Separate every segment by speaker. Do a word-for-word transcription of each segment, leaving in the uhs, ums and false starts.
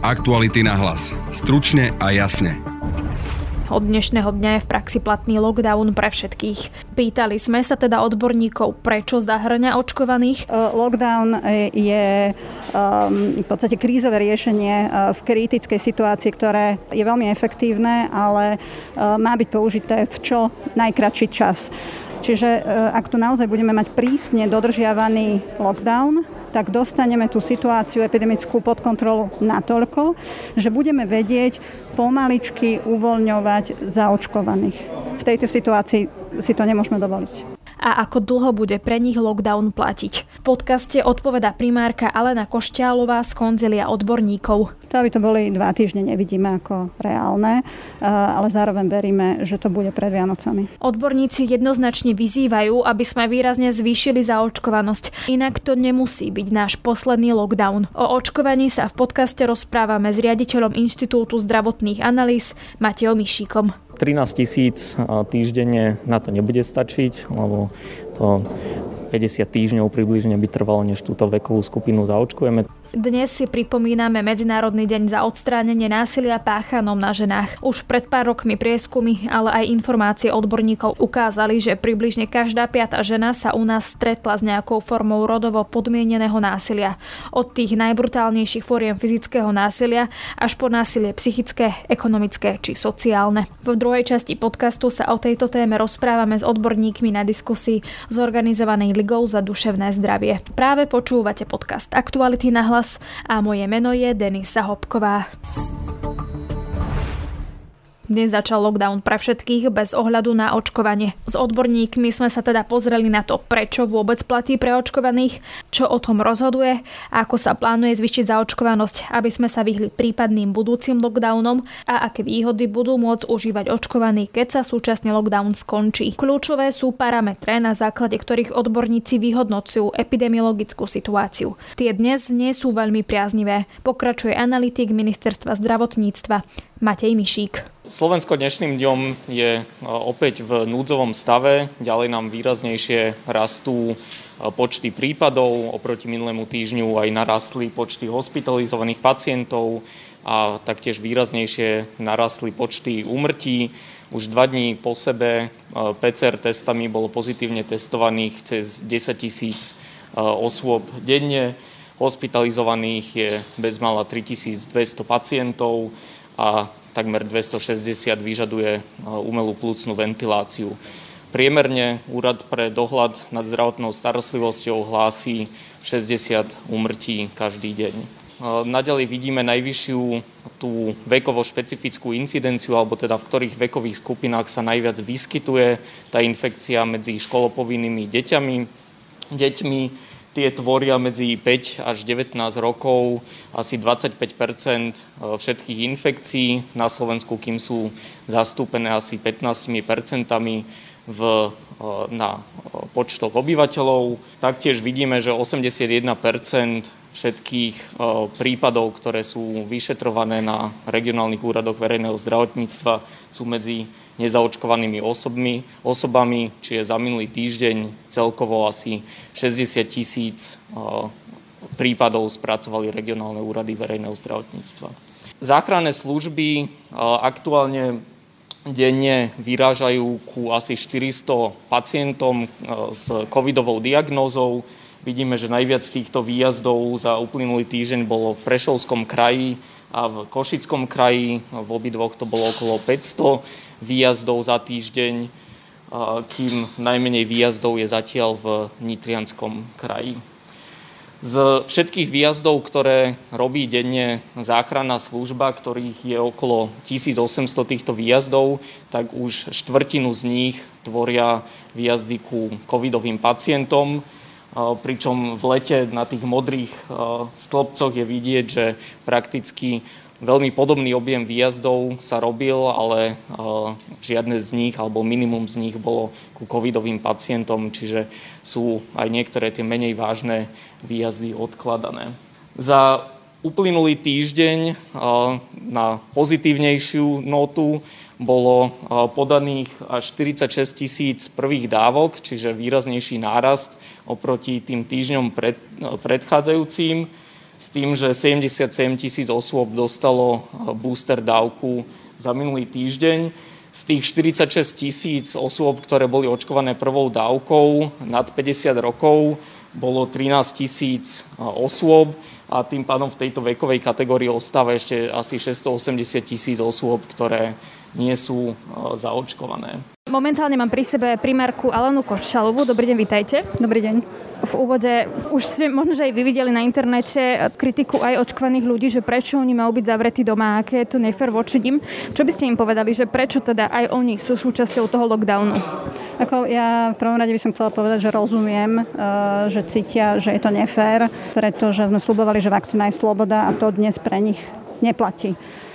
Speaker 1: Aktuality na hlas. Stručne a jasne.
Speaker 2: Od dnešného dňa je v praxi platný lockdown pre všetkých. Pýtali sme sa teda odborníkov, prečo zahŕňa očkovaných.
Speaker 3: Lockdown je v podstate krízové riešenie v kritickej situácii, ktoré je veľmi efektívne, ale má byť použité v čo najkratší čas. Čiže ak tu naozaj budeme mať prísne dodržiavaný lockdown, tak dostaneme tú situáciu epidemickú pod kontrolu natoľko, že budeme vedieť pomaličky uvoľňovať zaočkovaných. V tejto situácii si to nemôžeme dovoliť.
Speaker 2: A ako dlho bude pre nich lockdown platiť? V podcaste odpovedá primárka Alena Košťálová z konzília odborníkov.
Speaker 3: To, aby to boli dva týždne, nevidíme ako reálne, ale zároveň veríme, že to bude pred Vianocami.
Speaker 2: Odborníci jednoznačne vyzývajú, aby sme výrazne zvýšili zaočkovanosť. Inak to nemusí byť náš posledný lockdown. O očkovaní sa v podcaste rozprávame s riaditeľom Inštitútu zdravotných analýz Matejom Mišíkom.
Speaker 4: trinásť tisíc týždenne na to nebude stačiť, lebo to päťdesiat týždňov približne by trvalo, než túto vekovú skupinu zaočkujeme.
Speaker 2: Dnes si pripomíname Medzinárodný deň za odstránenie násilia páchanom na ženách. Už pred pár rokmi prieskumy, ale aj informácie odborníkov ukázali, že približne každá piata žena sa u nás stretla s nejakou formou rodovo podmieneného násilia. Od tých najbrutálnejších fóriem fyzického násilia až po násilie psychické, ekonomické či sociálne. V druhej časti podcastu sa o tejto téme rozprávame s odborníkmi na diskusii zorganizovanej Ligou za duševné zdravie. Práve počúvate podcast Aktuality na hlas a moje meno je Denisa Hopková. Dnes začal lockdown pre všetkých bez ohľadu na očkovanie. S odborníkmi sme sa teda pozreli na to, prečo vôbec platí pre očkovaných, čo o tom rozhoduje a ako sa plánuje zvýšiť zaočkovanosť, aby sme sa vyhli prípadným budúcim lockdownom a aké výhody budú môcť užívať očkovaní, keď sa súčasný lockdown skončí. Kľúčové sú parametre, na základe ktorých odborníci vyhodnocujú epidemiologickú situáciu. Tie dnes nie sú veľmi priaznivé, pokračuje analytik Ministerstva zdravotníctva Matej Mišík.
Speaker 4: Slovensko dnešným dňom je opäť v núdzovom stave. Ďalej nám výraznejšie rastú počty prípadov. Oproti minulému týždňu aj narastli počty hospitalizovaných pacientov a taktiež výraznejšie narastli počty úmrtí. Už dva dní po sebe pé cé er testami bolo pozitívne testovaných cez desaťtisíc osôb denne. Hospitalizovaných je bezmála tritisícdvesto pacientov a takmer dvestošesťdesiat vyžaduje umelú pľúcnu ventiláciu. Priemerne Úrad pre dohľad nad zdravotnou starostlivosťou hlási šesťdesiat úmrtí každý deň. Naďalej vidíme najvyššiu tú vekovo špecifickú incidenciu, alebo teda v ktorých vekových skupinách sa najviac vyskytuje tá infekcia medzi školopovinnými deťami, deťmi. Tie tvoria medzi päť až devätnásť rokov asi dvadsaťpäť percent všetkých infekcií na Slovensku, kým sú zastúpené asi pätnásť percent v, na počtoch obyvateľov. Taktiež vidíme, že osemdesiatjeden percent všetkých prípadov, ktoré sú vyšetrované na regionálnych úradoch verejného zdravotníctva, sú medzi nezaočkovanými osobmi, osobami, čiže za minulý týždeň celkovo asi šesťdesiat tisíc prípadov spracovali regionálne úrady verejného zdravotníctva. Záchranné služby aktuálne denne vyrážajú ku asi štyristo pacientom s covidovou diagnózou. Vidíme, že najviac týchto výjazdov za uplynulý týždeň bolo v Prešovskom kraji a v Košickom kraji. V obidvoch to bolo okolo päťsto výjazdov za týždeň, kým najmenej výjazdov je zatiaľ v Nitrianskom kraji. Z všetkých výjazdov, ktoré robí denne záchranná služba, ktorých je okolo tisícosemsto týchto výjazdov, tak už štvrtinu z nich tvoria výjazdy ku covidovým pacientom, pričom v lete na tých modrých stĺpcoch je vidieť, že prakticky veľmi podobný objem výjazdov sa robil, ale žiadne z nich, alebo minimum z nich bolo ku covidovým pacientom, čiže sú aj niektoré tie menej vážne výjazdy odkladané. Za uplynulý týždeň na pozitívnejšiu notu bolo podaných až štyridsaťšesť tisíc prvých dávok, čiže výraznejší nárast oproti tým týždňom pred, predchádzajúcim. s tým, že sedemdesiatsedem tisíc osôb dostalo booster dávku za minulý týždeň. Z tých štyridsaťšesť tisíc osôb, ktoré boli očkované prvou dávkou nad päťdesiat rokov, bolo trinásť tisíc osôb a tým pádom v tejto vekovej kategórii ostáva ešte asi šesťstoosemdesiat tisíc osôb, ktoré nie sú zaočkované.
Speaker 2: Momentálne mám pri sebe primárku Alenu Koščalovú. Dobrý deň, vitajte.
Speaker 3: Dobrý deň.
Speaker 2: V úvode už sme možno, že aj vy videli na internete kritiku aj očkovaných ľudí, že prečo oni majú byť zavretí doma, aké je to nefér voči nim. Čo by ste im povedali, že prečo teda aj oni sú súčasťou toho lockdownu?
Speaker 3: Ako ja v prvom rade by som chcela povedať, že rozumiem, že cítia, že je to nefér, pretože sme sľubovali, že vakcína je sloboda a to dnes pre nich neplatí.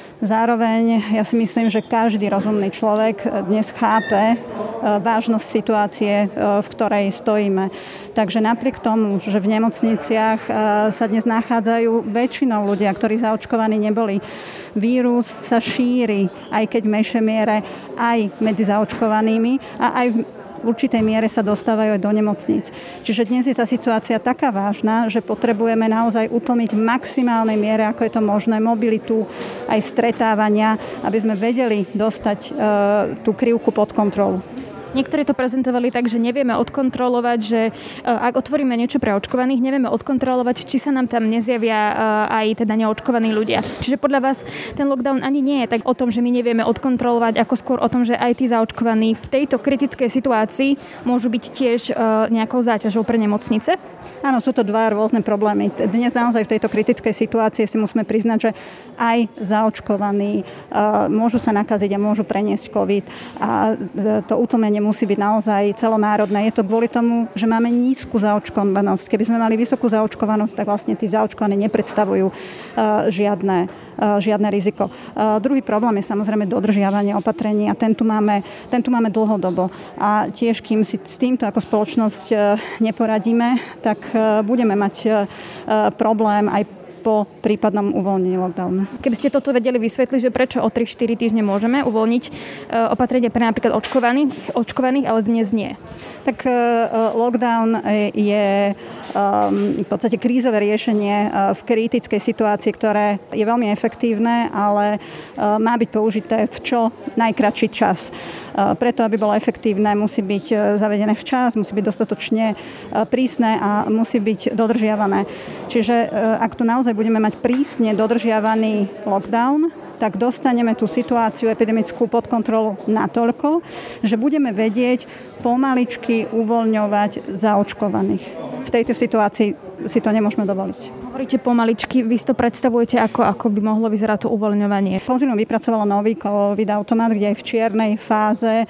Speaker 3: Zároveň ja si myslím, že každý rozumný človek dnes chápe vážnosť situácie, v ktorej stojíme. Takže napriek tomu, že v nemocniciach sa dnes nachádzajú väčšinou ľudia, ktorí zaočkovaní neboli, vírus sa šíri, aj keď v menšej miere, aj medzi zaočkovanými a aj v určitej miere sa dostávajú aj do nemocníc. Čiže dnes je tá situácia taká vážna, že potrebujeme naozaj utlmiť v maximálnej miere, ako je to možné, mobilitu, aj stretávania, aby sme vedeli dostať e, tú krivku pod kontrolu.
Speaker 2: Niektorí to prezentovali tak, že nevieme odkontrolovať, že ak otvoríme niečo pre očkovaných, nevieme odkontrolovať, či sa nám tam nezjavia aj teda neočkovaní ľudia. Čiže podľa vás ten lockdown ani nie je tak o tom, že my nevieme odkontrolovať, ako skôr o tom, že aj tí zaočkovaní v tejto kritickej situácii môžu byť tiež nejakou záťažou pre nemocnice?
Speaker 3: Áno, sú to dva rôzne problémy. Dnes naozaj v tejto kritickej situácii si musíme priznať, že aj zaočkovaní uh, môžu sa nakaziť a môžu preniesť COVID. A to utlmenie musí byť naozaj celonárodné. Je to kvôli tomu, že máme nízku zaočkovanosť. Keby sme mali vysokú zaočkovanosť, tak vlastne tí zaočkovaní nepredstavujú uh, žiadne žiadne riziko. Uh, druhý problém je samozrejme dodržiavanie opatrení a ten tu máme, ten tu máme dlhodobo. A tiež, kým si s týmto ako spoločnosť uh, neporadíme, tak uh, budeme mať uh, problém aj po prípadnom uvoľnení lockdownu.
Speaker 2: Keby ste toto vedeli vysvetliť, že prečo o tri štyri týždne môžeme uvoľniť uh, opatrenie pre napríklad očkovaných, očkovaných, ale dnes nie?
Speaker 3: Tak lockdown je v podstate krízové riešenie v kritickej situácii, ktoré je veľmi efektívne, ale má byť použité v čo najkratší čas. Preto, aby bolo efektívne, musí byť zavedené včas, musí byť dostatočne prísne a musí byť dodržiavané. Čiže ak tu naozaj budeme mať prísne dodržiavaný lockdown, tak dostaneme tú situáciu epidemickú pod kontrolu natoľko, že budeme vedieť pomaličky uvoľňovať zaočkovaných. V tejto situácii si to nemôžeme dovoliť.
Speaker 2: Hovoríte pomaličky, vy si to predstavujete, ako, ako by mohlo vyzerať to uvoľňovanie?
Speaker 3: Konzílium vypracovalo nový COVID automat, kde aj v čiernej fáze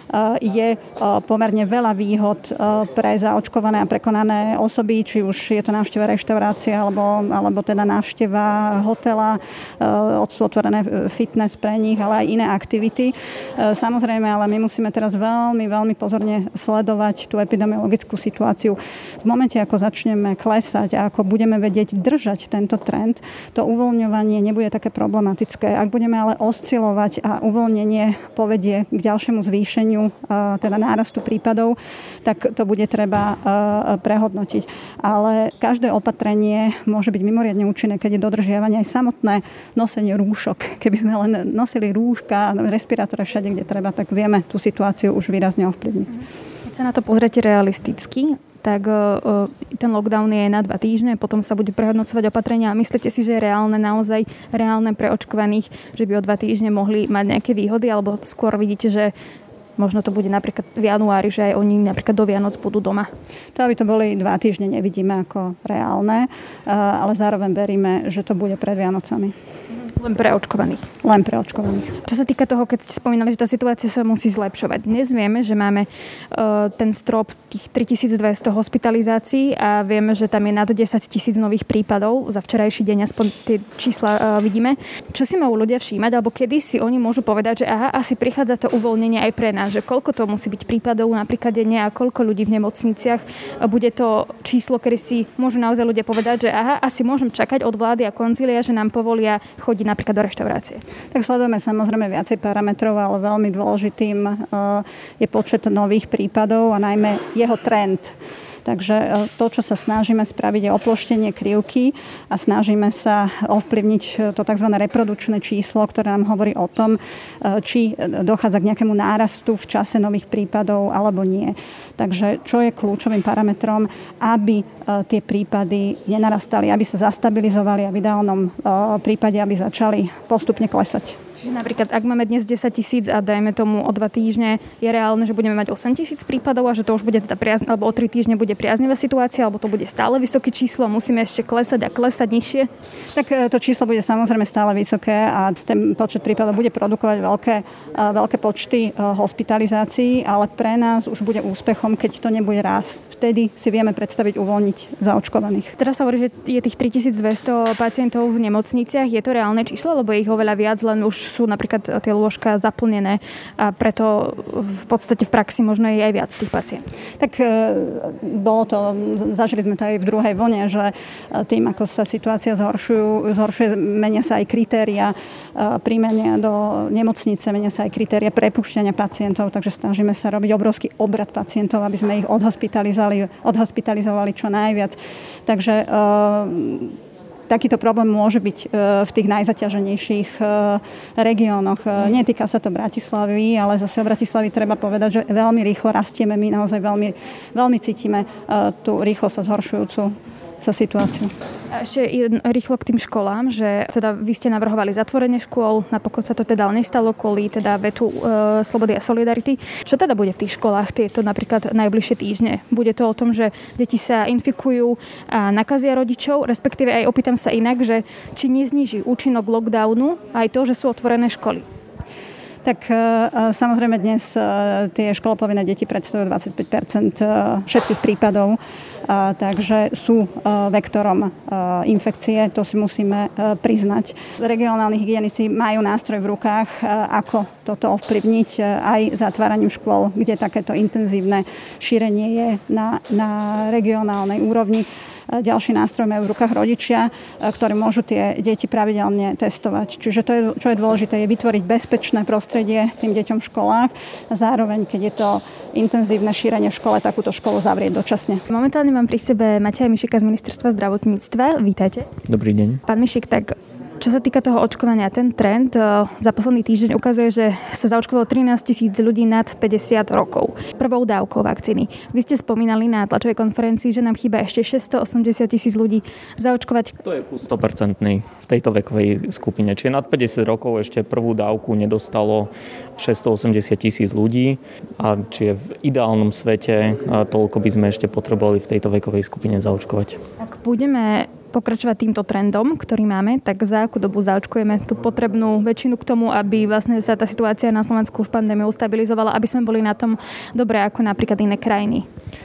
Speaker 3: je pomerne veľa výhod pre zaočkované a prekonané osoby, či už je to návšteva reštaurácie alebo, alebo teda návšteva hotela, sú otvorené fitness pre nich, ale aj iné aktivity. Samozrejme, ale my musíme teraz veľmi, veľmi pozorne sledovať tú epidemiologickú situáciu. V momente, ako začneme klesať a ako budeme vedieť držať tento trend, to uvoľňovanie nebude také problematické. Ak budeme ale oscilovať a uvoľnenie povedie k ďalšiemu zvýšeniu teda nárastu prípadov, tak to bude treba prehodnotiť. Ale každé opatrenie môže byť mimoriadne účinné, keď je dodržiavanie aj samotné nosenie rúšok. Keby sme len nosili rúška, respirátore všade, kde treba, tak vieme tú situáciu už výrazne ovplyvniť.
Speaker 2: Keď sa na to pozriete realisticky, tak ten lockdown je na dva týždne, potom sa bude prehodnocovať opatrenia a myslíte si, že je reálne, naozaj reálne pre očkovaných, že by o dva týždne mohli mať nejaké výhody, alebo skôr vidíte, že možno to bude napríklad v januári, že aj oni napríklad do Vianoc budú doma? To,
Speaker 3: aby to boli dva týždne, nevidíme ako reálne, ale zároveň veríme, že to bude pred Vianocami.
Speaker 2: Len pre očkovaných.
Speaker 3: Len pre očkovaných.
Speaker 2: Čo sa týka toho, keď ste spomínali, že tá situácia sa musí zlepšovať. Dnes vieme, že máme uh, ten strop tých tritisícdvesto hospitalizácií a vieme, že tam je nad desaťtisíc nových prípadov. Za včerajší deň aspoň tie čísla uh, vidíme. Čo si majú ľudia všímať, alebo kedy si oni môžu povedať, že aha, asi prichádza to uvoľnenie aj pre nás, že koľko to musí byť prípadov napríklad denne a koľko ľudí v nemocniciach. Bude to číslo, kedy si môžu naozaj ľudia povedať, že aha, asi môžem čakať od vlády a konzília, že nám povolia chodiť napríklad do reštaurácie.
Speaker 3: Tak sledujeme samozrejme viacej parametrov, ale veľmi dôležitým je počet nových prípadov a najmä jeho trend. Takže to, čo sa snažíme spraviť, je oploštenie krivky a snažíme sa ovplyvniť to tzv. Reprodukčné číslo, ktoré nám hovorí o tom, či dochádza k nejakému nárastu v čase nových prípadov alebo nie. Takže čo je kľúčovým parametrom, aby tie prípady nenarastali, aby sa zastabilizovali a v ideálnom prípade, aby začali postupne klesať.
Speaker 2: Napríklad, ak máme dnes desať tisíc a dajme tomu o dva týždne, je reálne, že budeme mať osem tisíc prípadov a že to už bude teda priazne, alebo o tri týždne bude priaznivá situácia, alebo to bude stále vysoké číslo, musíme ešte klesať a klesať nižšie?
Speaker 3: Tak to číslo bude samozrejme stále vysoké a ten počet prípadov bude produkovať veľké, veľké počty hospitalizácií, ale pre nás už bude úspechom, keď to nebude rásť. Vtedy si vieme predstaviť uvoľniť zaočkovaných.
Speaker 2: Teraz sa hovorí, že je tých tritisícdvesto pacientov v nemocniciach. Je to reálne číslo, lebo je ich oveľa viac, len už sú napríklad tie lôžka zaplnené a preto v podstate v praxi možno je aj viac tých pacientov.
Speaker 3: Tak e, bolo to, zažili sme to aj v druhej vlne, že tým, ako sa situácia zhoršujú, zhoršuje, menia sa aj kritéria e, príjmania do nemocnice, menia sa aj kritéria prepušťania pacientov, takže snažíme sa robiť obrovský obrad pacientov, aby sme ich odhospitalizovali, odhospitalizovali čo najviac. Takže e, takýto problém môže byť v tých najzaťaženejších regiónoch. Netýka sa to Bratislavy, ale zase o Bratislavy treba povedať, že veľmi rýchlo rastieme. My naozaj veľmi, veľmi cítime tú rýchlo sa zhoršujúcu sa situáciu.
Speaker 2: A ešte rýchlo k tým školám, že teda vy ste navrhovali zatvorenie škôl, napokon sa to teda nestalo kvôli teda vetu e, Slobody a Solidarity. Čo teda bude v tých školách tieto napríklad najbližšie týždne? Bude to o tom, že deti sa infikujú a nakazia rodičov, respektíve aj opýtam sa inak, že či nezníži účinok lockdownu aj to, že sú otvorené školy?
Speaker 3: Tak samozrejme dnes tie školopovinné deti predstavujú dvadsaťpäť percent všetkých prípadov, takže sú vektorom infekcie, to si musíme priznať. Regionálni hygienici majú nástroj v rukách, ako toto ovplyvniť aj zatváraním škôl, kde takéto intenzívne šírenie je na, na regionálnej úrovni. Ďalší nástroj majú v rukách rodičia, ktorí môžu tie deti pravidelne testovať. Čiže to je, čo je dôležité, je vytvoriť bezpečné prostredie tým deťom v školách a zároveň, keď je to intenzívne šírenie v škole, takúto školu zavrieť dočasne.
Speaker 2: Momentálne mám pri sebe Mateja Mišika z Ministerstva zdravotníctva. Vítajte.
Speaker 5: Dobrý deň.
Speaker 2: Pán Mišik, tak čo sa týka toho očkovania, ten trend za posledný týždeň ukazuje, že sa zaočkovalo trinásť tisíc ľudí nad päťdesiat rokov prvou dávkou vakcíny. Vy ste spomínali na tlačovej konferencii, že nám chýba ešte šesťstoosemdesiat tisíc ľudí zaočkovať.
Speaker 4: To je kus sto percent v tejto vekovej skupine. Čiže nad päťdesiat rokov ešte prvú dávku nedostalo šesťstoosemdesiat tisíc ľudí. A čiže v ideálnom svete toľko by sme ešte potrebovali v tejto vekovej skupine zaočkovať.
Speaker 2: Ak budeme pokračovať týmto trendom, ktorý máme, tak za akú dobu zaočkujeme tú potrebnú väčšinu k tomu, aby vlastne sa tá situácia na Slovensku v pandémii ustabilizovala, aby sme boli na tom dobre ako napríklad iné krajiny?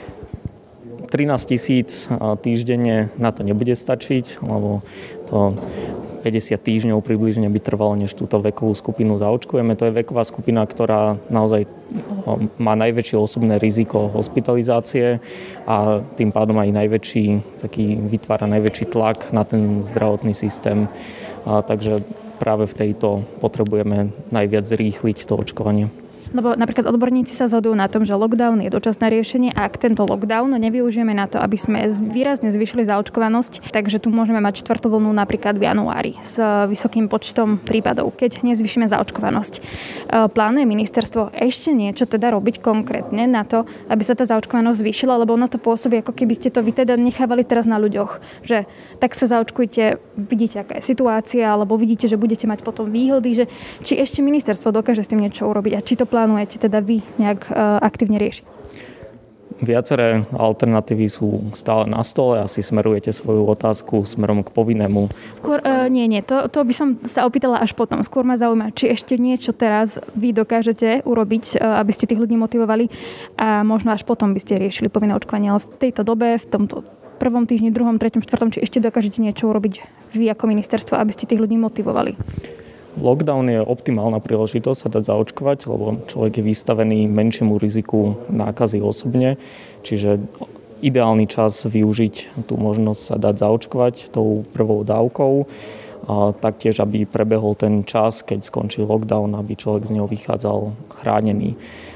Speaker 4: trinásť tisíc týždenne na to nebude stačiť, lebo to päťdesiat týždňov približne by trvalo, než túto vekovú skupinu zaočkujeme. To je veková skupina, ktorá naozaj má najväčšie osobné riziko hospitalizácie a tým pádom aj najväčší, taký vytvára najväčší tlak na ten zdravotný systém. A takže práve v tejto potrebujeme najviac zrýchliť to očkovanie.
Speaker 2: Lebo napríklad odborníci sa zhodujú na tom, že lockdown je dočasné riešenie a ak tento lockdown nevyužijeme na to, aby sme výrazne zvýšili zaočkovanosť, takže tu môžeme mať štvrtú vlnu napríklad v januári s vysokým počtom prípadov, keď nezvýšime zaočkovanosť. Plánuje ministerstvo ešte niečo teda robiť konkrétne na to, aby sa tá zaočkovanosť zvýšila, lebo ono to pôsobí, ako keby ste to vy teda nechávali teraz na ľuďoch, že tak sa zaočkujte, vidíte, aká je situácia, alebo vidíte, že budete mať potom výhody, že či ešte ministerstvo dokáže s tým niečo urobiť a či to plánujete teda vy nejak uh, aktívne riešiť?
Speaker 4: Viaceré alternatívy sú stále na stole. Asi smerujete svoju otázku smerom k povinnému.
Speaker 2: Skôr, uh, nie, nie. To, to by som sa opýtala až potom. Skôr ma zaujíma, či ešte niečo teraz vy dokážete urobiť, uh, aby ste tých ľudí motivovali a možno až potom by ste riešili povinné očkovanie. Ale v tejto dobe, v tomto prvom týždni, druhom, treťom, štvrtom, či ešte dokážete niečo urobiť vy ako ministerstvo, aby ste tých ľudí motivovali?
Speaker 4: Lockdown je optimálna príležitosť sa dať zaočkovať, lebo človek je vystavený menšiemu riziku nákazy osobne. Čiže ideálny čas využiť tú možnosť sa dať zaočkovať tou prvou dávkou. A taktiež, aby prebehol ten čas, keď skončí lockdown, aby človek z neho vychádzal chránený.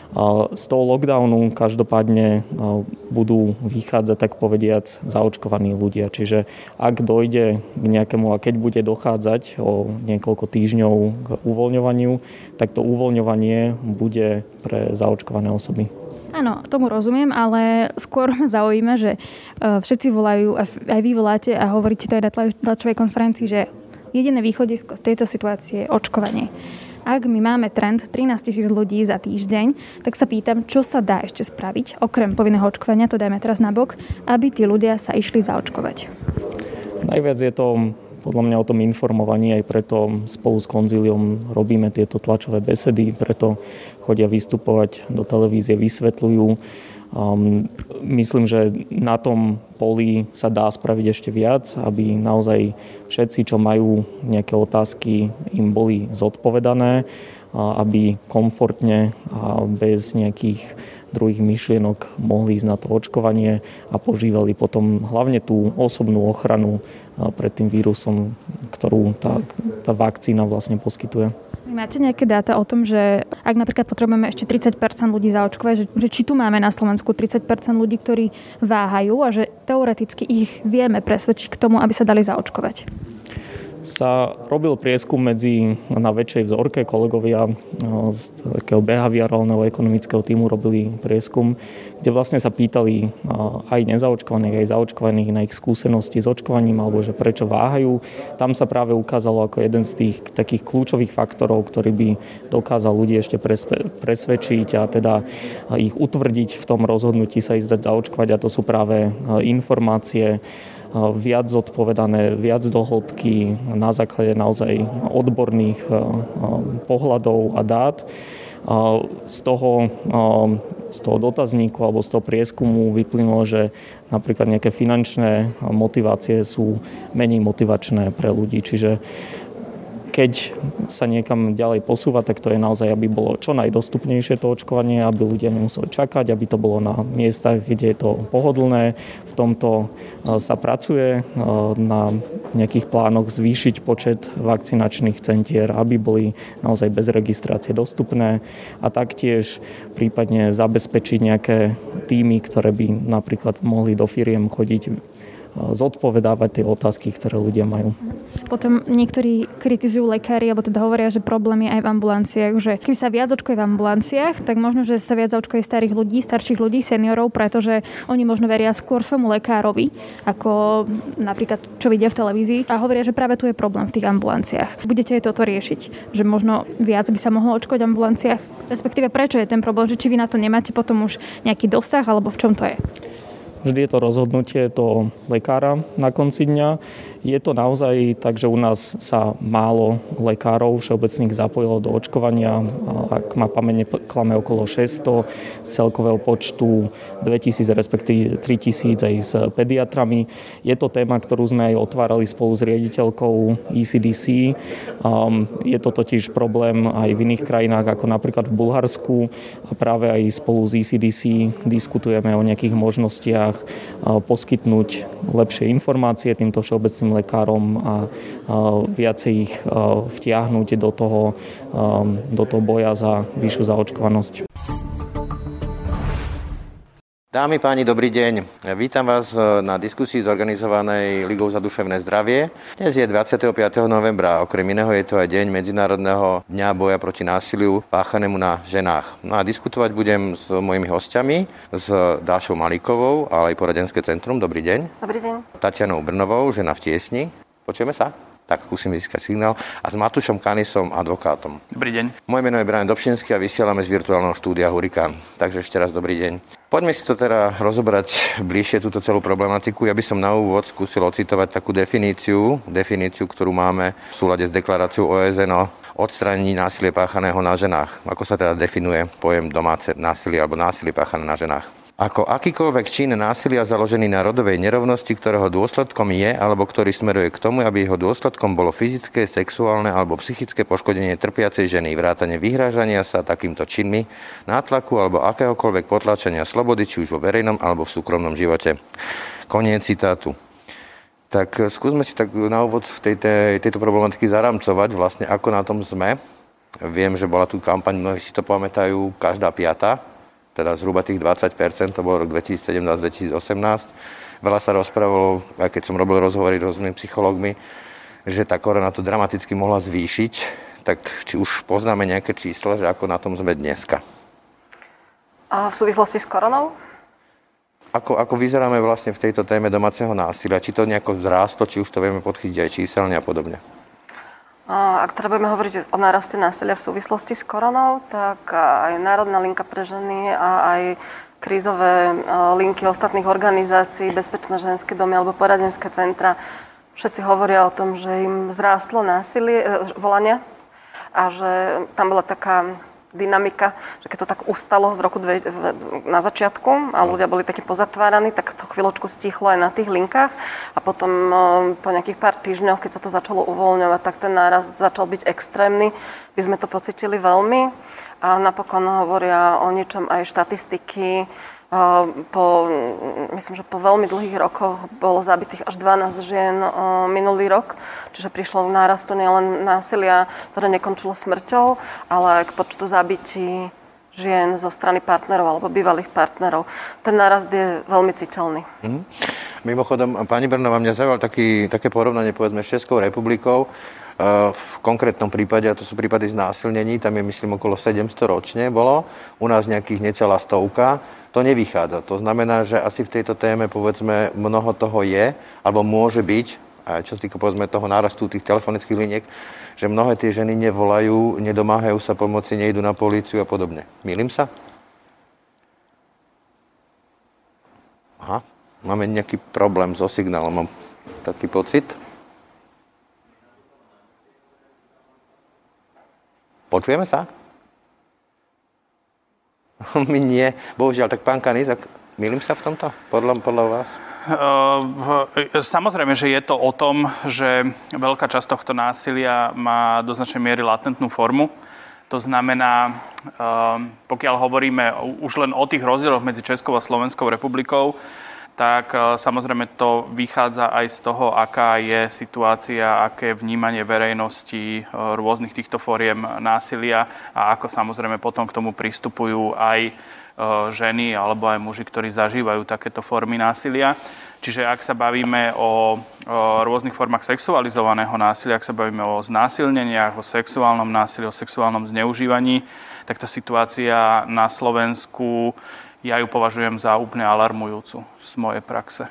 Speaker 4: Z toho lockdownu každopádne budú vychádzať, tak povediac, zaočkovaní ľudia. Čiže ak dojde k nejakému, a keď bude dochádzať o niekoľko týždňov k uvoľňovaniu, tak to uvoľňovanie bude pre zaočkované osoby.
Speaker 5: Áno, tomu rozumiem, ale skôr ma zaujíma, že všetci volajú, aj vy voláte a hovoríte to aj na tlačovej konferencii, že jediné východisko z tejto situácie je očkovanie. Ak my máme trend trinásť tisíc ľudí za týždeň, tak sa pýtam, čo sa dá ešte spraviť, okrem povinného očkovania, to dajme teraz nabok, aby tí ľudia sa išli zaočkovať.
Speaker 4: Najviac je to podľa mňa o tom informovaní, aj preto spolu s konzíliom robíme tieto tlačové besedy, preto chodia vystupovať do televízie, vysvetľujú. Um, myslím, že na tom poli sa dá spraviť ešte viac, aby naozaj všetci, čo majú nejaké otázky, im boli zodpovedané, aby komfortne a bez nejakých druhých myšlienok mohli ísť na to očkovanie a požívali potom hlavne tú osobnú ochranu pred tým vírusom, ktorú tá, tá vakcína vlastne poskytuje.
Speaker 5: Máte nejaké dáta o tom, že ak napríklad potrebujeme ešte tridsať percent ľudí zaočkovať, že, že či tu máme na Slovensku tridsať percent ľudí, ktorí váhajú a že teoreticky ich vieme presvedčiť k tomu, aby sa dali zaočkovať?
Speaker 4: Sa robil prieskum medzi, na väčšej vzorke, kolegovia z takého behaviorálneho ekonomického tímu robili prieskum, kde vlastne sa pýtali aj nezaočkovaných, aj zaočkovaných na ich skúsenosti s očkovaním alebo že prečo váhajú. Tam sa práve ukázalo ako jeden z tých takých kľúčových faktorov, ktorý by dokázal ľudí ešte presvedčiť a teda ich utvrdiť v tom rozhodnutí sa ísť dať zaočkovať, a to sú práve informácie viac zodpovedané, viac do hĺbky na základe naozaj odborných pohľadov a dát. Z toho, z toho dotazníku alebo z toho prieskumu vyplynulo, že napríklad nejaké finančné motivácie sú menej motivačné pre ľudí. Čiže keď sa niekam ďalej posúva, tak to je naozaj, aby bolo čo najdostupnejšie to očkovanie, aby ľudia nemuseli čakať, aby to bolo na miestach, kde je to pohodlné. V tomto sa pracuje na nejakých plánoch zvýšiť počet vakcinačných centier, aby boli naozaj bez registrácie dostupné, a taktiež prípadne zabezpečiť nejaké týmy, ktoré by napríklad mohli do firiem chodiť zodpovedávať tie otázky, ktoré ľudia majú.
Speaker 5: Potom niektorí kritizujú lekári, alebo teda hovoria, že problém je aj v ambulanciách, že keby sa viac očkuje v ambulanciách, tak možno, že sa viac očkuje starých ľudí, starších ľudí, seniorov, pretože oni možno veria skôr svojmu lekárovi, ako napríklad čo vidia v televízii, a hovoria, že práve tu je problém v tých ambulanciách. Budete aj toto riešiť, že možno viac by sa mohlo očkovať v ambulanciách? Respektíve prečo je ten problém, že či vy na to nemáte potom už nejaký dosah, alebo v čom to je?
Speaker 4: Vždy je to rozhodnutie toho lekára na konci dňa. Je to naozaj tak, že u nás sa málo lekárov všeobecných zapojilo do očkovania. Ak ma pamäť klame, okolo šesťsto z celkového počtu dvetisíc, respektíve tritisíc aj s pediatrami. Je to téma, ktorú sme aj otvárali spolu s riaditeľkou E C D C. Je to totiž problém aj v iných krajinách, ako napríklad v Bulharsku. A práve aj spolu s E C D C diskutujeme o nejakých možnostiach poskytnúť lepšie informácie týmto všeobecným lekárom a viacej ich vtiahnuť do toho, do toho boja za vyššiu zaočkovanosť.
Speaker 6: Dámy, páni, dobrý deň. Vítam vás na diskusii zorganizovanej Ligou za duševné zdravie. Dnes je dvadsiateho piateho novembra. Okrem iného je to aj deň Medzinárodného dňa boja proti násiliu páchanému na ženách. No a diskutovať budem s mojimi hostiami, s Dášou Malíkovou, ale aj Poradenské centrum. Dobrý deň.
Speaker 7: Dobrý deň.
Speaker 6: Tatianou Brnovou, žena v tiesni. Počujeme sa? Tak skúsim získať signál. A s Matúšom Kanisom, advokátom.
Speaker 8: Dobrý deň.
Speaker 6: Moje meno je Brian Dobšinský a vysielame z virtuálneho štúdia Hurikán. Takže ešte raz dobrý deň. Poďme si to teda rozobrať bližšie, túto celú problematiku. Ja by som na úvod skúsil ocitovať takú definíciu, definíciu, ktorú máme v súlade s deklaráciou O S N o odstránení násilia páchaného na ženách. Ako sa teda definuje pojem domáce násilie alebo násilie páchané na ženách? Ako akýkoľvek čin násilia založený na rodovej nerovnosti, ktorého dôsledkom je, alebo ktorý smeruje k tomu, aby jeho dôsledkom bolo fyzické, sexuálne alebo psychické poškodenie trpiacej ženy, vrátane vyhrážania sa takýmto činmi, nátlaku alebo akéhokoľvek potlačenia slobody, či už vo verejnom alebo v súkromnom živote. Koniec citátu. Tak skúsme si tak na úvod v tejto, tejto problematiky zaramcovať, vlastne ako na tom sme. Viem, že bola tu kampaň, mnohí si to pamätajú, každá piata. teda zhruba tých dvadsať percent, to bolo rok dvetisícsedemnásť dvetisícosemnásť. Veľa sa rozprávalo, aj keď som robil rozhovory s rôznymi psychológmi, že tá korona to dramaticky mohla zvýšiť, tak či už poznáme nejaké čísla, že ako na tom sme dneska?
Speaker 7: A v súvislosti s koronou?
Speaker 6: Ako, ako vyzeráme vlastne v tejto téme domáceho násilia? Či to nejako vzrástlo, či už to vieme podchytiť aj číselne a podobne?
Speaker 7: Ak teda budeme hovoriť o náraste násilia v súvislosti s koronou, tak aj Národná linka pre ženy a aj krízové linky ostatných organizácií, bezpečné ženské domy alebo poradenské centra, všetci hovoria o tom, že im zrástlo násilie, volania a že tam bola taká dynamika, že keď to tak ustalo v roku dve, na začiatku a ľudia boli takí pozatváraní, tak to chvíľočku stichlo aj na tých linkách a potom po nejakých pár týždňoch, keď sa to začalo uvoľňovať, tak ten nárast začal byť extrémny. My sme to pocítili veľmi a napokon hovoria o niečom aj štatistiky. Po, myslím, že po veľmi dlhých rokoch bolo zabitých až dvanásť žien minulý rok, čiže prišlo k nárastu nielen násilia, ktoré nekončilo smrťou, ale aj k počtu zabití žien zo strany partnerov alebo bývalých partnerov. Ten nárast je veľmi citeľný. Mm.
Speaker 6: Mimochodom, pani Brnová, mňa zaujal taký, také porovnanie povedzme s Českou republikou. V konkrétnom prípade, a to sú prípady znásilnení, tam je myslím okolo sedemsto ročne bolo, u nás nejakých necelá stovka. To nevychádza. To znamená, že asi v tejto téme, povedzme, mnoho toho je, alebo môže byť, aj čo sa týka, povedzme, toho nárastu tých telefonických liniek, že mnohé tie ženy nevolajú, nedomáhajú sa pomoci, nejdu na políciu a podobne. Mýlim sa? Aha, máme nejaký problém so signálom, mám taký pocit. Počujeme sa? My nie. Bohužiaľ, tak pán Kanis, mýlim sa v tomto? Podľa, podľa vás?
Speaker 8: Samozrejme, že je to o tom, že veľká časť tohto násilia má do značnej miery latentnú formu. To znamená, pokiaľ hovoríme už len o tých rozdieloch medzi Českou a Slovenskou republikou, tak samozrejme to vychádza aj z toho, aká je situácia, aké vnímanie verejnosti rôznych týchto foriem násilia a ako samozrejme potom k tomu pristupujú aj ženy alebo aj muži, ktorí zažívajú takéto formy násilia. Čiže ak sa bavíme o, o rôznych formách sexualizovaného násilia, ak sa bavíme o znásilneniach, o sexuálnom násilí, o sexuálnom zneužívaní, tak tá situácia na Slovensku, ja ju považujem za úplne alarmujúcu z mojej praxe.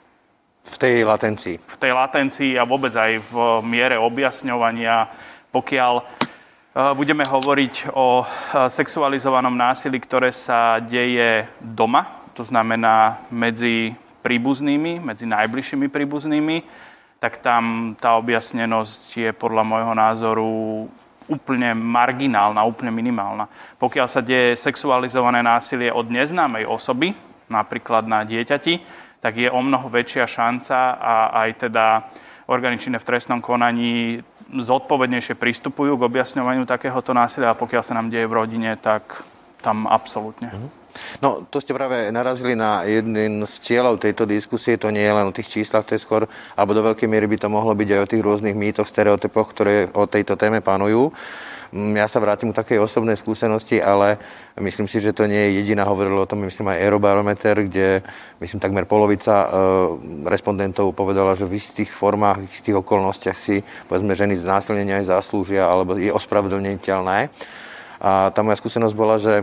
Speaker 6: V tej latencii?
Speaker 8: V tej latencii a vôbec aj v miere objasňovania. Pokiaľ budeme hovoriť o sexualizovanom násilí, ktoré sa deje doma, to znamená medzi príbuznými, medzi najbližšími príbuznými, tak tam tá objasnenosť je podľa môjho názoru úplne marginálna, úplne minimálna. Pokiaľ sa deje sexualizované násilie od neznámej osoby, napríklad na dieťati, tak je o mnoho väčšia šanca a aj teda orgány činné v trestnom konaní zodpovednejšie pristupujú k objasňovaniu takéhoto násilia a pokiaľ sa nám deje v rodine, tak tam absolútne.
Speaker 6: No, to ste práve narazili na jeden z cieľov tejto diskusie, to nie je len o tých číslach, to je skôr, alebo do veľkej miery by to mohlo byť aj o tých rôznych mýtoch, stereotypoch, ktoré o tejto téme panujú. Ja sa vrátim k takej osobnej skúsenosti, ale myslím si, že to nie je jediná, hovorilo o tom, myslím, aj Eurobarometer, kde, myslím, takmer polovica e, respondentov povedala, že v istých formách, v istých okolnostiach si, povedzme, ženy znásilnenia aj zaslúžia, alebo je ospravedlniteľné. A tá moja skúsenosť bola, že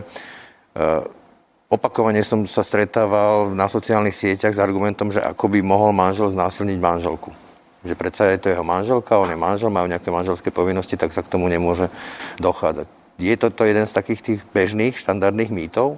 Speaker 6: e, opakovane som sa stretával na sociálnych sieťach s argumentom, že ako by mohol manžel znásilniť manželku. Že predsa je to jeho manželka, on je manžel, majú nejaké manželské povinnosti, tak sa k tomu nemôže dochádzať. Je toto jeden z takých tých bežných, štandardných mýtov?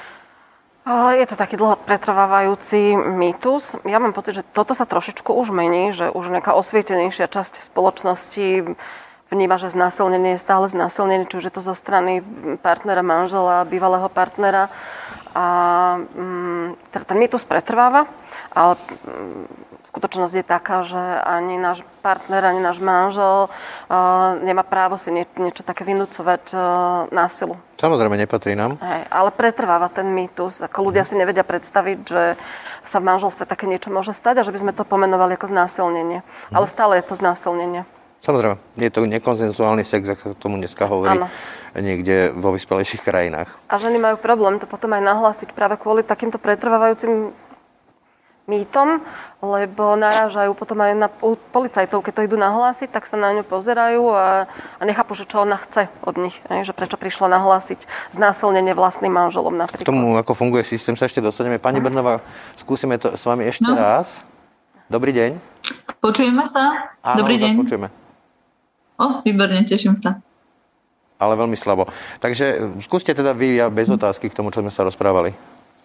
Speaker 7: Je to taký dlho pretrvávajúci mýtus. Ja mám pocit, že toto sa trošičku už mení, že už nejaká osvietenejšia časť spoločnosti vníma, že znásilnenie je stále znásilnenie, či už je to zo strany partnera, manžela, bývalého partnera. A teda ten mýtus pretrváva, ale skutočnosť je taká, že ani náš partner, ani náš manžel nemá právo si nie, niečo také vynúcovať násilu.
Speaker 6: Samozrejme, nepatrí nám.
Speaker 7: Hej, ale pretrváva ten mýtus. Ako ľudia si nevedia predstaviť, že sa v manželstve také niečo môže stať a že by sme to pomenovali ako znásilnenie. Ale stále je to znásilnenie.
Speaker 6: Samozrejme, je to nekonsenzuálny sex, ako sa tomu dneska hovorí, ano, niekde vo vyspelejších krajinách.
Speaker 7: A ženy majú problém to potom aj nahlásiť práve kvôli takýmto pretrvávajúcim mýtom, lebo narážajú potom aj na policajtov, keď to idú nahlásiť, tak sa na ňu pozerajú a, a nechápu, že čo ona chce od nich, že prečo prišla nahlásiť znásilnenie vlastným manželom napríklad.
Speaker 6: K tomu, ako funguje systém, sa ešte dostaneme. Pani Brnová, skúsime to s vami ešte no. raz. Dobrý deň.
Speaker 9: Počujeme sa?
Speaker 6: Áno,
Speaker 9: Dobrý deň.
Speaker 6: Počujeme.
Speaker 9: O, výborne, teším sa.
Speaker 6: Ale veľmi slabo. Takže skúste teda vy a bez otázky k tomu, čo sme sa rozprávali.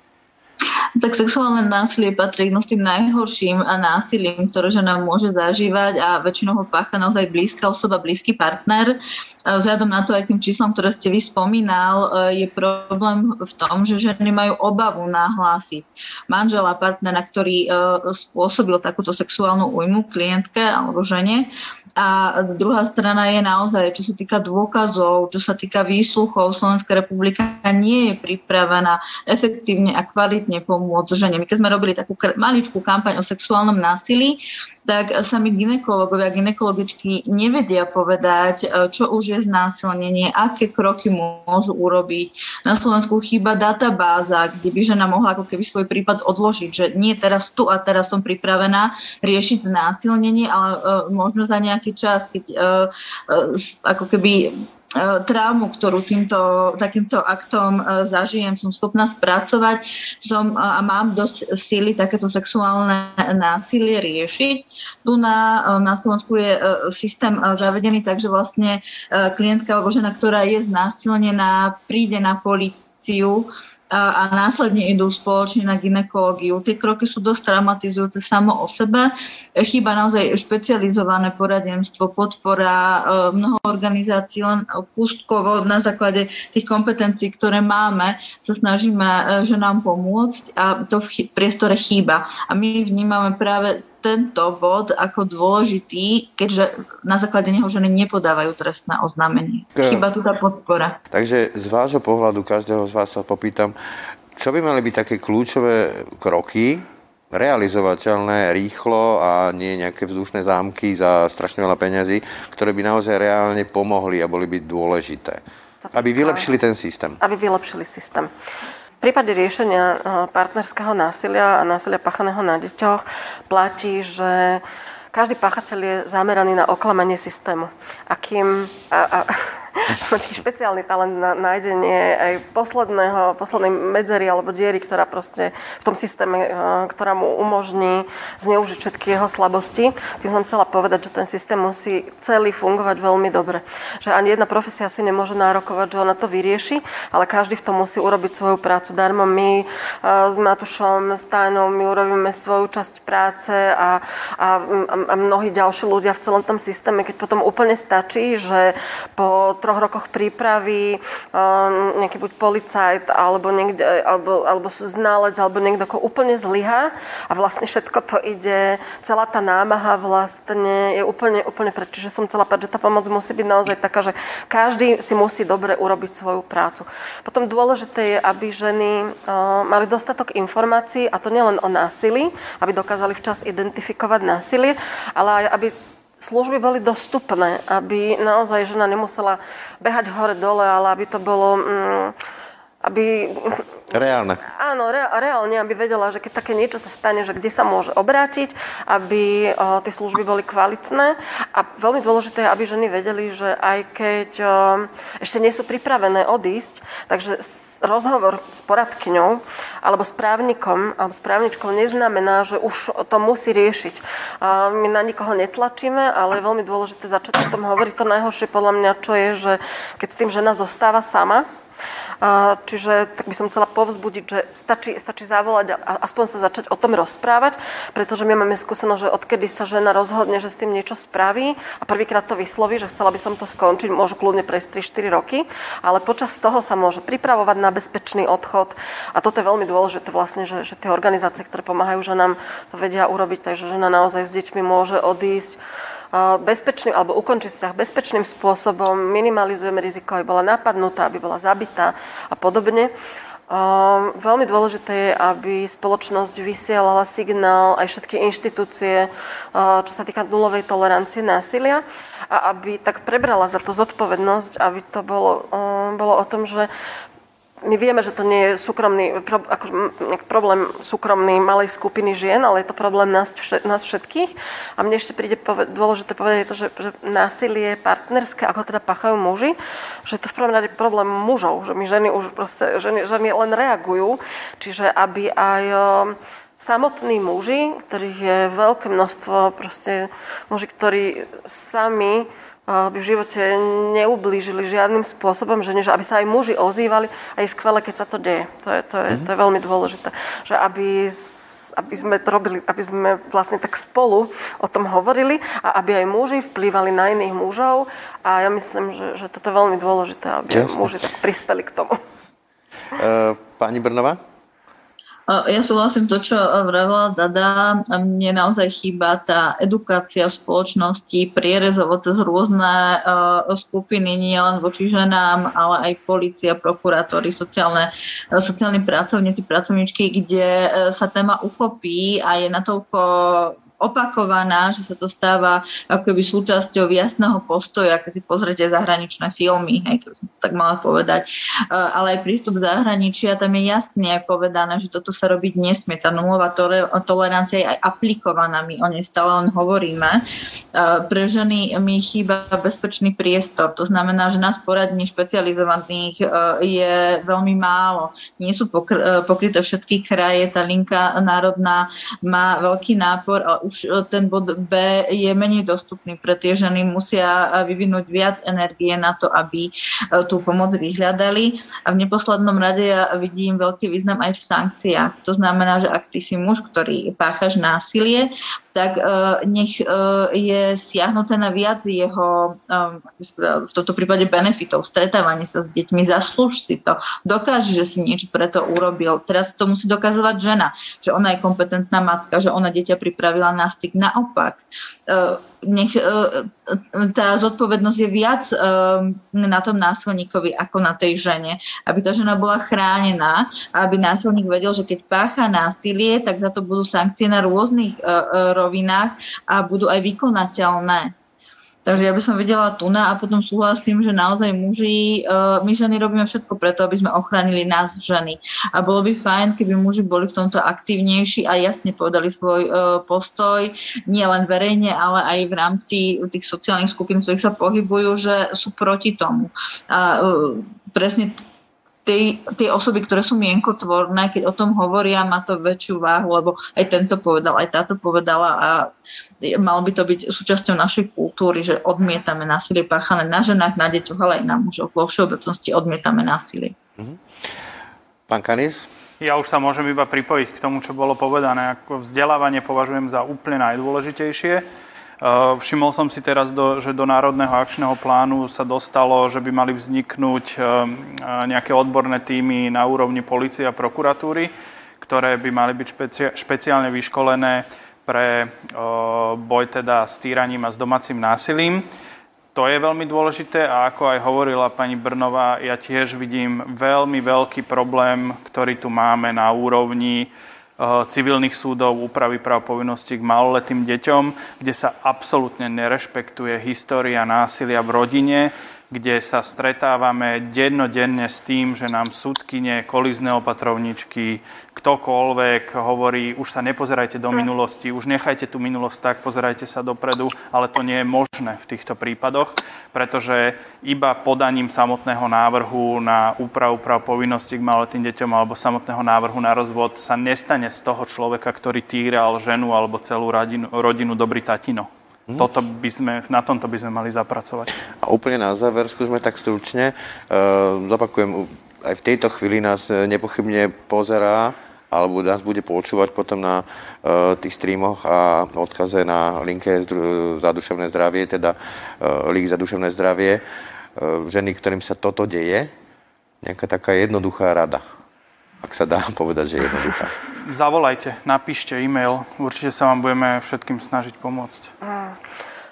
Speaker 9: Tak sexuálne násilie patrí k tým najhorším násilím, ktoré žena môže zažívať a väčšinou ho pácha naozaj blízka osoba, blízky partner. Vzhľadom na to, akým číslom, ktoré ste vy spomínal, je problém v tom, že ženy majú obavu nahlásiť manžela, partnera, ktorý spôsobil takúto sexuálnu újmu klientke alebo žene. A druhá strana je naozaj, čo sa týka dôkazov, čo sa týka výsluchov, Slovenská republika nie je pripravená efektívne a kvalitne pomôcť žene. My keď sme robili takú maličkú kampaň o sexuálnom násilí, tak sami gynekológovia a gynekologičky nevedia povedať, čo už je znásilnenie, aké kroky môžu urobiť. Na Slovensku chýba databáza, kde by žena mohla ako keby svoj prípad odložiť, že nie teraz tu a teraz som pripravená riešiť znásilnenie, ale uh, možno za nejaký čas, keď uh, uh, ako keby traumu, ktorú týmto takýmto aktom zažijem, som schopná spracovať som, a mám dosť síly takéto sexuálne násilie riešiť. Tu na, na Slovensku je systém zavedený, takže vlastne klientka alebo žena, ktorá je znásilnená, príde na políciu a následne idú spoločne na gynekológiu. Tie kroky sú dosť traumatizujúce samo o sebe. Chýba naozaj špecializované poradenstvo, podpora, mnoho organizácií len kústkovo na základe tých kompetencií, ktoré máme, sa snažíme ženám pomôcť a to v priestore chýba. A my vnímame práve tento bod ako dôležitý, keďže na základe neho ženy nepodávajú trestné oznámenie. Chýba tu tá podpora.
Speaker 6: Takže z vášho pohľadu, každého z vás sa popýtam, čo by mali byť také kľúčové kroky, realizovateľné, rýchlo a nie nejaké vzdušné zámky za strašne veľa peňazí, ktoré by naozaj reálne pomohli a boli by dôležité, aby vylepšili ten systém. Aby
Speaker 7: vylepšili systém. V prípade riešenia partnerského násilia a násilia páchaného na deťoch platí, že každý páchateľ je zameraný na oklamanie systému. A kým a, a, taký špeciálny talent na nájdenie aj posledného, poslednej medzery alebo diery, ktorá proste v tom systéme, ktorá mu umožní zneužiť všetky jeho slabosti. Tým som chcela povedať, že ten systém musí celý fungovať veľmi dobre. Že ani jedna profesia si nemôže nárokovať, že ona to vyrieši, ale každý v tom musí urobiť svoju prácu darmo. My s Matúšom, s Táňou, my urobíme svoju časť práce a, a, a mnohí ďalší ľudia v celom tom systéme, keď potom úplne stačí, že po troch rokoch prípravy um, nejaký buď policajt alebo, niekde, alebo, alebo znalec alebo niekto ako úplne zlyhá a vlastne všetko to ide, celá tá námaha vlastne je úplne, úplne preč. Čiže som chcela povedať, že tá pomoc musí byť naozaj taká, že každý si musí dobre urobiť svoju prácu. Potom dôležité je, aby ženy uh, mali dostatok informácií, a to nielen o násilí, aby dokázali včas identifikovať násilie, ale aj aby služby boli dostupné, aby naozaj žena nemusela behať hore-dole, ale aby to bolo... Mm, aby...
Speaker 6: Reálne.
Speaker 7: Áno, re, reálne, aby vedela, že keď také niečo sa stane, že kde sa môže obrátiť, aby o, tie služby boli kvalitné. A veľmi dôležité je, aby ženy vedeli, že aj keď o, ešte nie sú pripravené odísť, takže rozhovor s poradkyňou alebo s právnikom alebo s právničkou neznamená, že už to musí riešiť. A my na nikoho netlačíme, ale je veľmi dôležité začať o tom hovoriť. To najhoršie podľa mňa, čo je, že keď s tým žena zostáva sama, čiže tak by som chcela povzbudiť, že stačí, stačí zavolať a aspoň sa začať o tom rozprávať, pretože my máme skúsenosť, že odkedy sa žena rozhodne, že s tým niečo spraví a prvýkrát to vysloví, že chcela by som to skončiť, môžu kľudne prejsť tri štyri roky, ale počas toho sa môže pripravovať na bezpečný odchod a toto je veľmi dôležité vlastne, že, že tie organizácie, ktoré pomáhajú ženám, to vedia urobiť, takže žena naozaj s deťmi môže odísť bezpečným, alebo ukončiť vzťah bezpečným spôsobom, minimalizujeme riziko, aby bola napadnutá, aby bola zabitá a podobne. Um, veľmi dôležité je, aby spoločnosť vysielala signál, aj všetky inštitúcie, uh, čo sa týka nulovej tolerancie násilia, a aby tak prebrala za to zodpovednosť, aby to bolo, um, bolo o tom, že my vieme, že to nie je súkromný, pro, akože problém súkromný malej skupiny žien, ale je to problém nás, nás všetkých. A mne ešte príde poved, dôležité povedať to, že, že násilie partnerské, ako teda páchajú muži, že to v prvom rade problém mužov, že my ženy už proste, ženy, ženy len reagujú. Čiže aby aj um, samotní muži, ktorých je veľké množstvo, proste muži, ktorí sami by v živote neublížili žiadnym spôsobom, že, nie, že aby sa aj muži ozývali a je skvelé, keď sa to deje. To je, to je, to je veľmi dôležité. Že aby, aby sme to robili, aby sme vlastne tak spolu o tom hovorili a aby aj muži vplývali na iných mužov. A ja myslím, že, že toto je veľmi dôležité, aby Jasne. muži tak prispeli k tomu.
Speaker 6: Uh, pani Brnová?
Speaker 9: Ja súhlasím to, čo vravela Dada. Mne naozaj chýba tá edukácia v spoločnosti prierezovo cez rôzne uh, skupiny, nie len voči ženám, ale aj polícia, prokurátori, sociálne, uh, sociálni pracovníci, pracovníčky, kde uh, sa téma uchopí a je natoľko opakovaná, že sa to stáva akoby súčasťou jasného postoja, keď si pozrite zahraničné filmy, hej, keby som to tak mala povedať. Ale aj prístup zahraničia, tam je jasne povedané, že toto sa robiť nesmie. Tá nulová tolerancia je aj aplikovaná, my o nej stále len hovoríme. Pre ženy mi chýba bezpečný priestor, to znamená, že nás poradní špecializovaných je veľmi málo. Nie sú pokryté všetky kraje, tá linka národná má veľký nápor, ale už ten bod B je menej dostupný pre tie ženy, musia vyvinúť viac energie na to, aby tú pomoc vyhľadali. A v neposlednom rade ja vidím veľký význam aj v sankciách. To znamená, že ak ty si muž, ktorý páchaš násilie, tak uh, nech uh, je siahnuté na viac jeho, um, v tomto prípade benefitov, stretávanie sa s deťmi, zaslúž si to, dokáže, že si niečo preto urobil. Teraz to musí dokazovať žena, že ona je kompetentná matka, že ona dieťa pripravila na styk. Naopak, uh, nech uh, tá zodpovednosť je viac uh, na tom násilníkovi ako na tej žene, aby tá žena bola chránená a aby násilník vedel, že keď pácha násilie, tak za to budú sankcie na rôznych uh, rovinách a budú aj vykonateľné. Takže ja by som videla tu na a potom súhlasím, že naozaj muži, my ženy robíme všetko preto, aby sme ochránili nás ženy. A bolo by fajn, keby muži boli v tomto aktívnejší a jasne povedali svoj postoj, nie len verejne, ale aj v rámci tých sociálnych skupín, v ktorých sa pohybujú, že sú proti tomu. A presne Tie, tie osoby, ktoré sú mienkotvorné, keď o tom hovoria, má to väčšiu váhu, lebo aj tento povedal, aj táto povedala a malo by to byť súčasťou našej kultúry, že odmietame násilie páchané na ženách, na deťoch, ale aj na mužoch. Vo všeobecnosti odmietame násilie. Mhm.
Speaker 6: Pán Kanis?
Speaker 8: Ja už sa môžem iba pripojiť k tomu, čo bolo povedané. Ako vzdelávanie považujem za úplne najdôležitejšie. Uh, všimol som si teraz, do, že do Národného akčného plánu sa dostalo, že by mali vzniknúť uh, nejaké odborné tímy na úrovni polície a prokuratúry, ktoré by mali byť špeci- špeciálne vyškolené pre uh, boj teda s týraním a s domácim násilím. To je veľmi dôležité a ako aj hovorila pani Brnová, ja tiež vidím veľmi veľký problém, ktorý tu máme na úrovni civilných súdov, úpravy práv povinností k maloletým deťom, kde sa absolútne nerešpektuje história násilia v rodine, kde sa stretávame dennodenne s tým, že nám sudkyne, kolízne opatrovničky, ktokoľvek hovorí, už sa nepozerajte do minulosti, už nechajte tú minulosť tak, pozerajte sa dopredu, ale to nie je možné v týchto prípadoch, pretože iba podaním samotného návrhu na úpravu práv povinností k maloletým deťom alebo samotného návrhu na rozvod sa nestane z toho človeka, ktorý týral ženu alebo celú rodinu, rodinu dobrý tatino. Hmm. Toto by sme, na tomto by sme mali zapracovať.
Speaker 6: A úplne na záver, skúsme tak stručne. E, zopakujem, aj v tejto chvíli nás nepochybne pozerá alebo nás bude počúvať potom na e, tých streamoch a odkaze na linke za duševné zdravie, teda e, link za duševné zdravie. E, ženy, ktorým sa toto deje, nejaká taká jednoduchá rada. Ak sa dá povedať, že jednoduchá.
Speaker 8: Zavolajte, napíšte e-mail. Určite sa vám budeme všetkým snažiť pomôcť.
Speaker 7: Mm.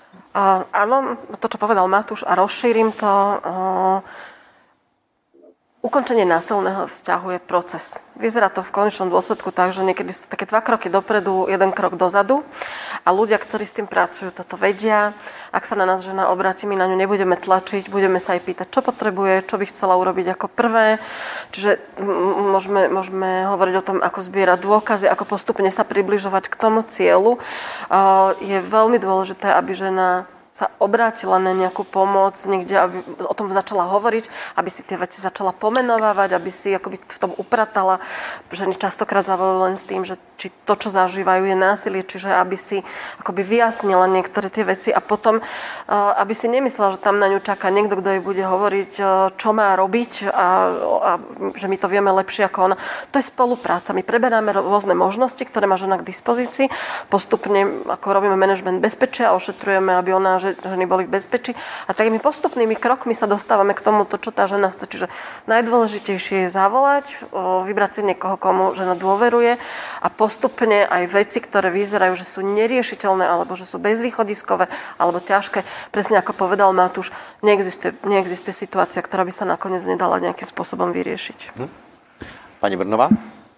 Speaker 7: Uh, áno, to, čo povedal Matúš, a rozšírim to. Uh, Ukončenie násilného vzťahu je proces. Vyzerá to v konečnom dôsledku tak, že niekedy sú to také dva kroky dopredu, jeden krok dozadu a ľudia, ktorí s tým pracujú, toto vedia. Ak sa na nás žena obráti, my na ňu nebudeme tlačiť, budeme sa aj pýtať, čo potrebuje, čo by chcela urobiť ako prvé. Čiže môžeme, môžeme hovoriť o tom, ako zbierať dôkazy, ako postupne sa približovať k tomu cieľu. Je veľmi dôležité, aby žena sa obrátila na nejakú pomoc niekde, aby o tom začala hovoriť, aby si tie veci začala pomenovávať, aby si akoby v tom upratala. Ženy častokrát zavolujú len s tým, že či to, čo zažívajú, je násilie, čiže aby si akoby vyjasnila niektoré tie veci a potom, aby si nemyslela, že tam na ňu čaká niekto, kto jej bude hovoriť, čo má robiť a, a že my to vieme lepšie ako ona. To je spolupráca. My preberáme rôzne možnosti, ktoré má žena k dispozícii. Postupne, ako robíme manažment bezpečia, ošetrujeme, aby ona že ženy boli v bezpečí. A takými postupnými krokmi sa dostávame k tomu, to, čo tá žena chce. Čiže najdôležitejšie je zavolať, vybrať si niekoho, komu žena dôveruje a postupne aj veci, ktoré vyzerajú, že sú neriešiteľné alebo že sú bezvýchodiskové alebo ťažké. Presne ako povedal Matúš, neexistuje, neexistuje situácia, ktorá by sa nakoniec nedala nejakým spôsobom vyriešiť. Hm.
Speaker 6: Pani Brnová?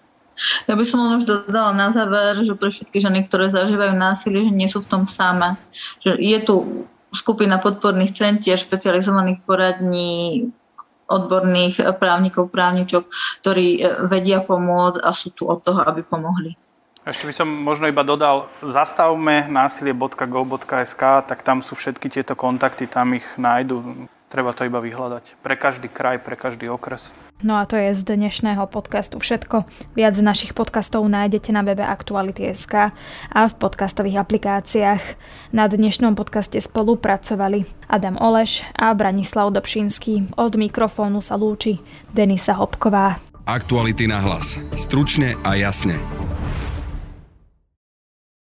Speaker 9: Ja by som len už dodala na záver, že pre všetky ženy, ktoré zažívajú násilie, že nie sú v tom samé. Že je tu skupina podporných centier, špecializovaných poradní, odborných právnikov, právničok, ktorí vedia pomôcť a sú tu od toho, aby pomohli.
Speaker 8: Ešte by som možno iba dodal, zastavme násilie bodka gov bodka es ká, tak tam sú všetky tieto kontakty, tam ich nájdu. Treba to iba vyhľadať. Pre každý kraj, pre každý okres.
Speaker 2: No a to je z dnešného podcastu všetko. Viac z našich podcastov nájdete na webe aktuality bodka es ká a v podcastových aplikáciách. Na dnešnom podcaste spolupracovali Adam Oleš a Branislav Dobšinský. Od mikrofónu sa lúči Denisa Hopková.
Speaker 1: Aktuality na hlas. Stručne a jasne.